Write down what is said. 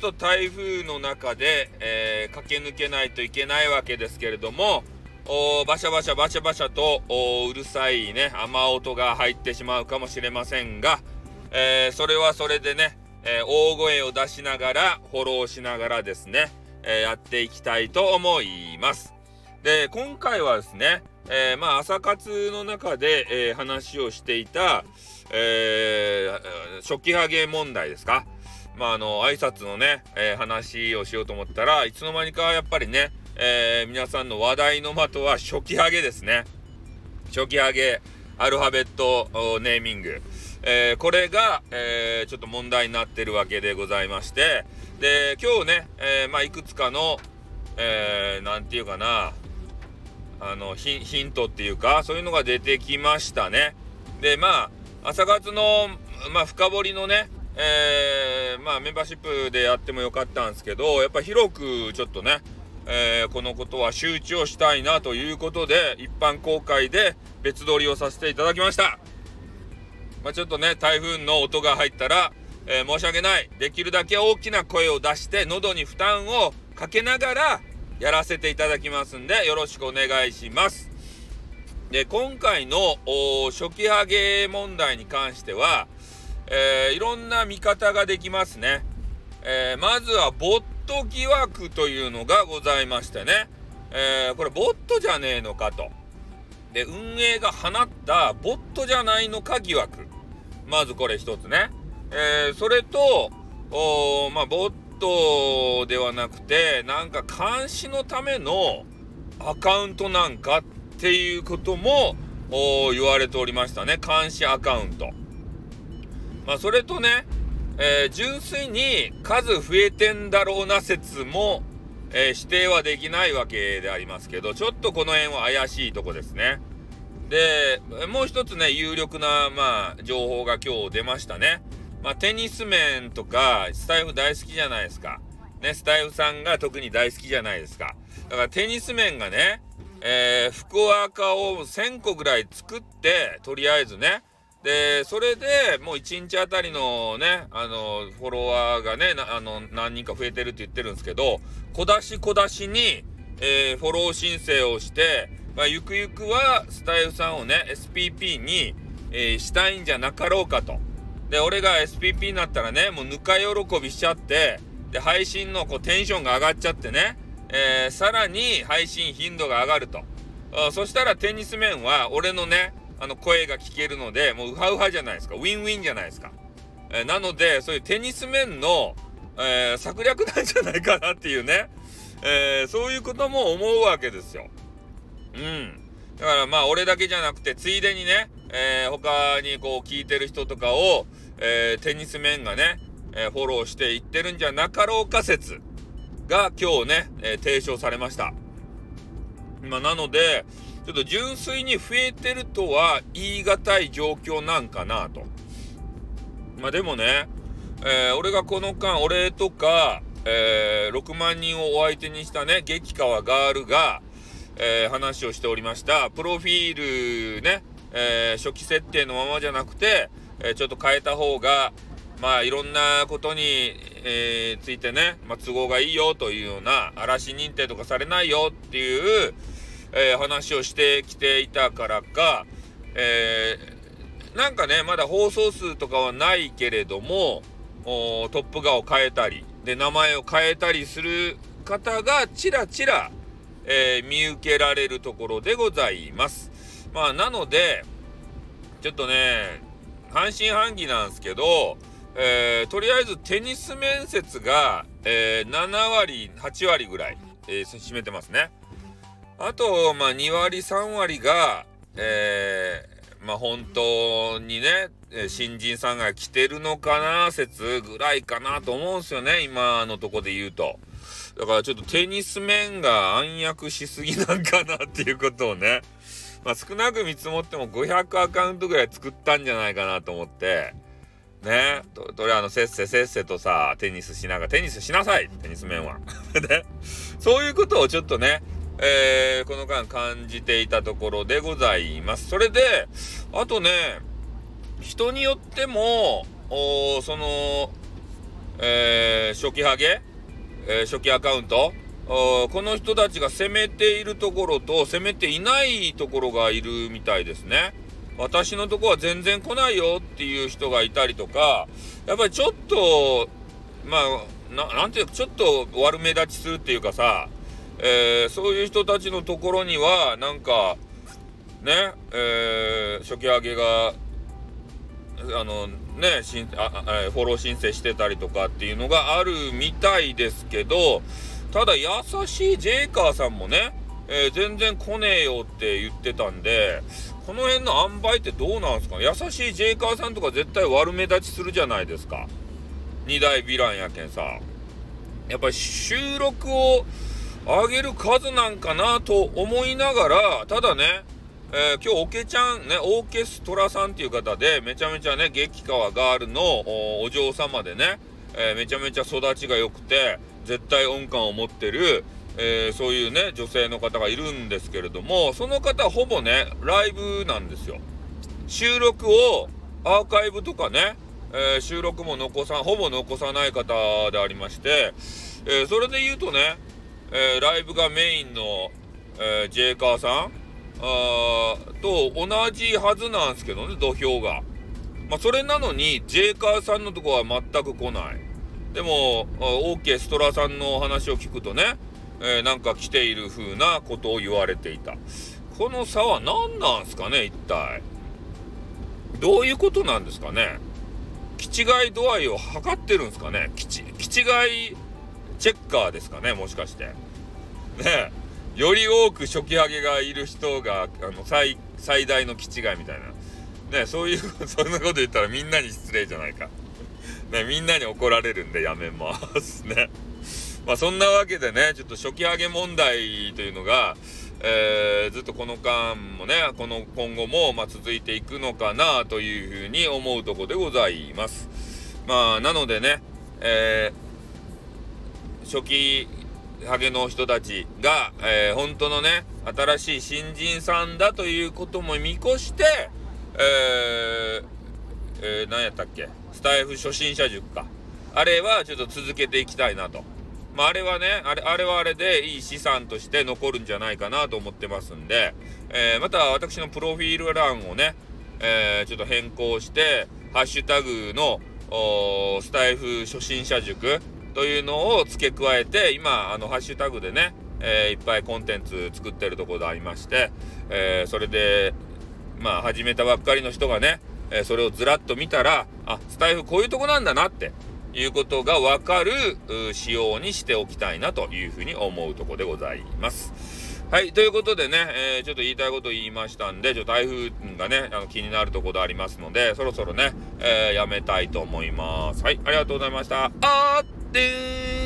と台風の中で、駆け抜けないといけないわけですけれども、バシャバシャバシャバシャとうるさいね雨音が入ってしまうかもしれませんが、それはそれでね、大声を出しながらフォローしながらですね、やっていきたいと思います。で、今回はですね、朝活の中で、話をしていた、初期ハゲ問題ですか。挨拶のね、話をしようと思ったらいつの間にかやっぱりね、皆さんの話題の的は初期ハゲですね。初期ハゲアルファベットネーミング、これが、ちょっと問題になってるわけでございまして、で今日ね、いくつかの、なんていうかな、ヒントっていうかそういうのが出てきましたね。で朝活の、深掘りのね、メンバーシップでやってもよかったんですけど、やっぱ広くちょっとね、このことは周知をしたいなということで一般公開で別撮りをさせていただきました。ちょっとね台風の音が入ったら、申し訳ない。できるだけ大きな声を出して喉に負担をかけながらやらせていただきますんでよろしくお願いします。で、今回の初期ハゲ問題に関しては、いろんな見方ができますね。まずはボット疑惑というのがございましてね、これボットじゃねえのかと。で、運営が放ったボットじゃないのか疑惑、まずこれ一つね。それとボットではなくてなんか監視のためのアカウントなんかっていうことも言われておりましたね。監視アカウント。それとね、純粋に数増えてんだろうな説も、否定はできないわけでありますけど、ちょっとこの辺は怪しいとこですね。で、もう一つね有力な情報が今日出ましたね。テニス面とかスタイフ大好きじゃないですかね。スタイフさんが特に大好きじゃないですか。だからテニス面がね、福岡を1000個ぐらい作って、とりあえずね、でそれでもう1日あたりのねフォロワーがね何人か増えてるって言ってるんですけど、小出しに、フォロー申請をして、ゆくゆくはスタイフさんをね SPP に、したいんじゃなかろうかと。で、俺が SPP になったらねもうぬか喜びしちゃって、で配信のテンションが上がっちゃってね、さらに配信頻度が上がると。そしたらテニス面は俺のね声が聞けるのでもうウハウハじゃないですか。ウィンウィンじゃないですか。なのでそういうテニス面の、策略なんじゃないかなっていうね、そういうことも思うわけですよ。だから俺だけじゃなくてついでにね、他にこう聞いてる人とかを、テニス面がね、フォローしていってるんじゃなかろうか説が今日ね、提唱されました。なのでちょっと純粋に増えてるとは言い難い状況なんかなと。でもね、俺がこの間俺とか、6万人をお相手にしたね激川ガールが、話をしておりましたプロフィールね、初期設定のままじゃなくて、ちょっと変えた方がいろんなことに、ついてね、都合がいいよというような、嵐認定とかされないよっていう、話をしてきていたからか、なんかねまだ放送数とかはないけれどもトップ画を変えたりで名前を変えたりする方がちらちら、見受けられるところでございます。なのでちょっとね半信半疑なんですけど、とりあえずテニス面接が、7割8割ぐらい、占めてますね。あと2割3割が、本当にね新人さんが来てるのかな説ぐらいかなと思うんですよね、今のとこで言うと。だからちょっとテニス面が暗躍しすぎなんかなっていうことをね、少なく見積もっても500アカウントぐらい作ったんじゃないかなと思ってね。とりあえずせっせとさテニスしながらテニスしなさい、テニス面はでそういうことをちょっとね、この間感じていたところでございます。それであとね、人によってもその初期ハゲ、初期アカウント、この人たちが攻めているところと攻めていないところがいるみたいですね。私のとこは全然来ないよっていう人がいたりとか、やっぱりちょっとなんていうか、ちょっと悪目立ちするっていうかさ、そういう人たちのところにはなんかね、初期上げがフォロー申請してたりとかっていうのがあるみたいですけど、ただ優しいジェイカーさんもね、全然来ねえよって言ってたんで、この辺の塩梅ってどうなんですかね。優しいジェイカーさんとか絶対悪目立ちするじゃないですか。二大ヴィランやけんさ、やっぱり収録を上げる数なんかなと思いながら、ただね、今日オケちゃんね、オーケストラさんっていう方で、めちゃめちゃね、激川ガールのお嬢様でね、めちゃめちゃ育ちが良くて絶対音感を持ってる、そういうね女性の方がいるんですけれども、その方ほぼねライブなんですよ。収録をアーカイブとかね、収録もほぼ残さない方でありまして、それで言うとね、ライブがメインの、ジェイカーさんと同じはずなんですけどね、土俵が。それなのにジェイカーさんのとこは全く来ない。でもオーケストラさんの話を聞くとね、なんか来ている風なことを言われていた。この差は何なんすかね。一体どういうことなんですかね。気違い度合いを測ってるんですかね。気違いチェッカーですかね、もしかしてね。より多く初期ハゲがいる人が最大の気違いみたいなね、そんなこと言ったらみんなに失礼じゃないかね、みんなに怒られるんでやめますね。そんなわけでね、ちょっと初期ハゲ問題というのが、ずっとこの間もね、今後も続いていくのかなというふうに思うところでございます。なのでね、初期ハゲの人たちが、本当のね新しい新人さんだということも見越して、何やったっけ、スタイフ初心者塾か、あれはちょっと続けていきたいなと。あれはね、あれはあれでいい資産として残るんじゃないかなと思ってますんで、また私のプロフィール欄をね、ちょっと変更してハッシュタグのスタイフ初心者塾というのを付け加えて、今ハッシュタグでね、いっぱいコンテンツ作ってるところがありまして、それで始めたばっかりの人がね、それをずらっと見たら、スタイフこういうとこなんだなっていうことが分かる仕様にしておきたいなというふうに思うところでございます。はい、ということでね、ちょっと言いたいこと言いましたんで、台風がね気になるところでありますので、そろそろね、やめたいと思います。はい、ありがとうございました。あーってー